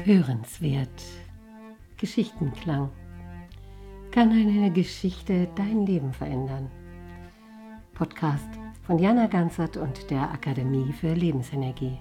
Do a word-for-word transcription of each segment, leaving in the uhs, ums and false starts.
Hörenswert. Geschichtenklang. Kann eine Geschichte dein Leben verändern? Podcast von Jana Ganzert und der Akademie für Lebensenergie.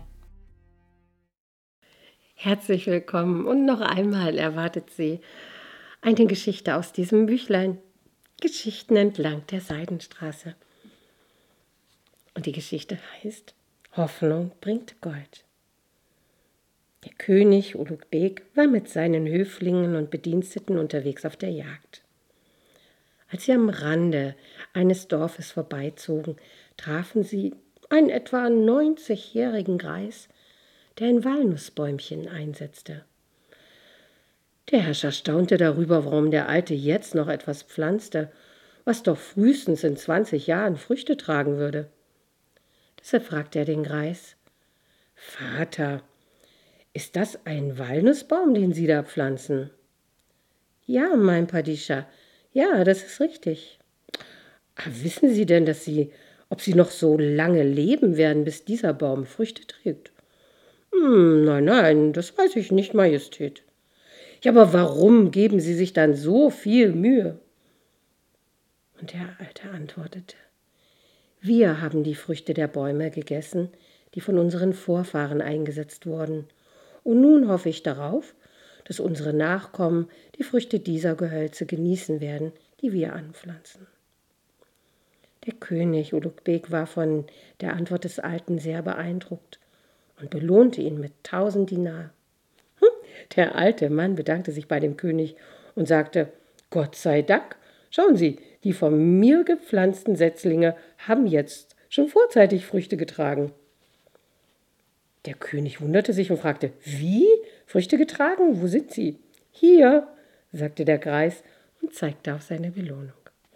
Herzlich willkommen und noch einmal erwartet Sie eine Geschichte aus diesem Büchlein Geschichten entlang der Seidenstraße. Und die Geschichte heißt Hoffnung bringt Gold. Der König Ulugh Beg war mit seinen Höflingen und Bediensteten unterwegs auf der Jagd. Als sie am Rande eines Dorfes vorbeizogen, trafen sie einen etwa neunzigjährigen Greis, der ein Walnussbäumchen einsetzte. Der Herrscher staunte darüber, warum der Alte jetzt noch etwas pflanzte, was doch frühestens in zwanzig Jahren Früchte tragen würde. Deshalb fragte er den Greis: »Vater, ist das ein Walnussbaum, den Sie da pflanzen?« »Ja, mein Padischa, ja, das ist richtig.« »Aber wissen Sie denn, dass Sie, ob Sie noch so lange leben werden, bis dieser Baum Früchte trägt?« »Hm, nein, nein, das weiß ich nicht, Majestät.« »Ja, aber warum geben Sie sich dann so viel Mühe?« Und der Alte antwortete: »Wir haben die Früchte der Bäume gegessen, die von unseren Vorfahren eingesetzt wurden. Und nun hoffe ich darauf, dass unsere Nachkommen die Früchte dieser Gehölze genießen werden, die wir anpflanzen.« Der König Ulugh Beg war von der Antwort des Alten sehr beeindruckt und belohnte ihn mit tausend Dinar. Hm, der alte Mann bedankte sich bei dem König und sagte: »Gott sei Dank, schauen Sie, die von mir gepflanzten Setzlinge haben jetzt schon vorzeitig Früchte getragen.« Der König wunderte sich und fragte: »Wie? Früchte getragen? Wo sind sie?« »Hier«, sagte der Greis und zeigte auf seine Belohnung.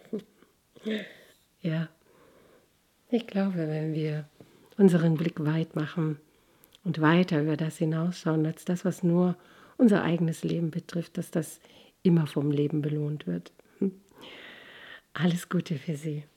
Ja, ich glaube, wenn wir unseren Blick weit machen und weiter über das hinausschauen, als das, was nur unser eigenes Leben betrifft, dass das immer vom Leben belohnt wird. Alles Gute für Sie.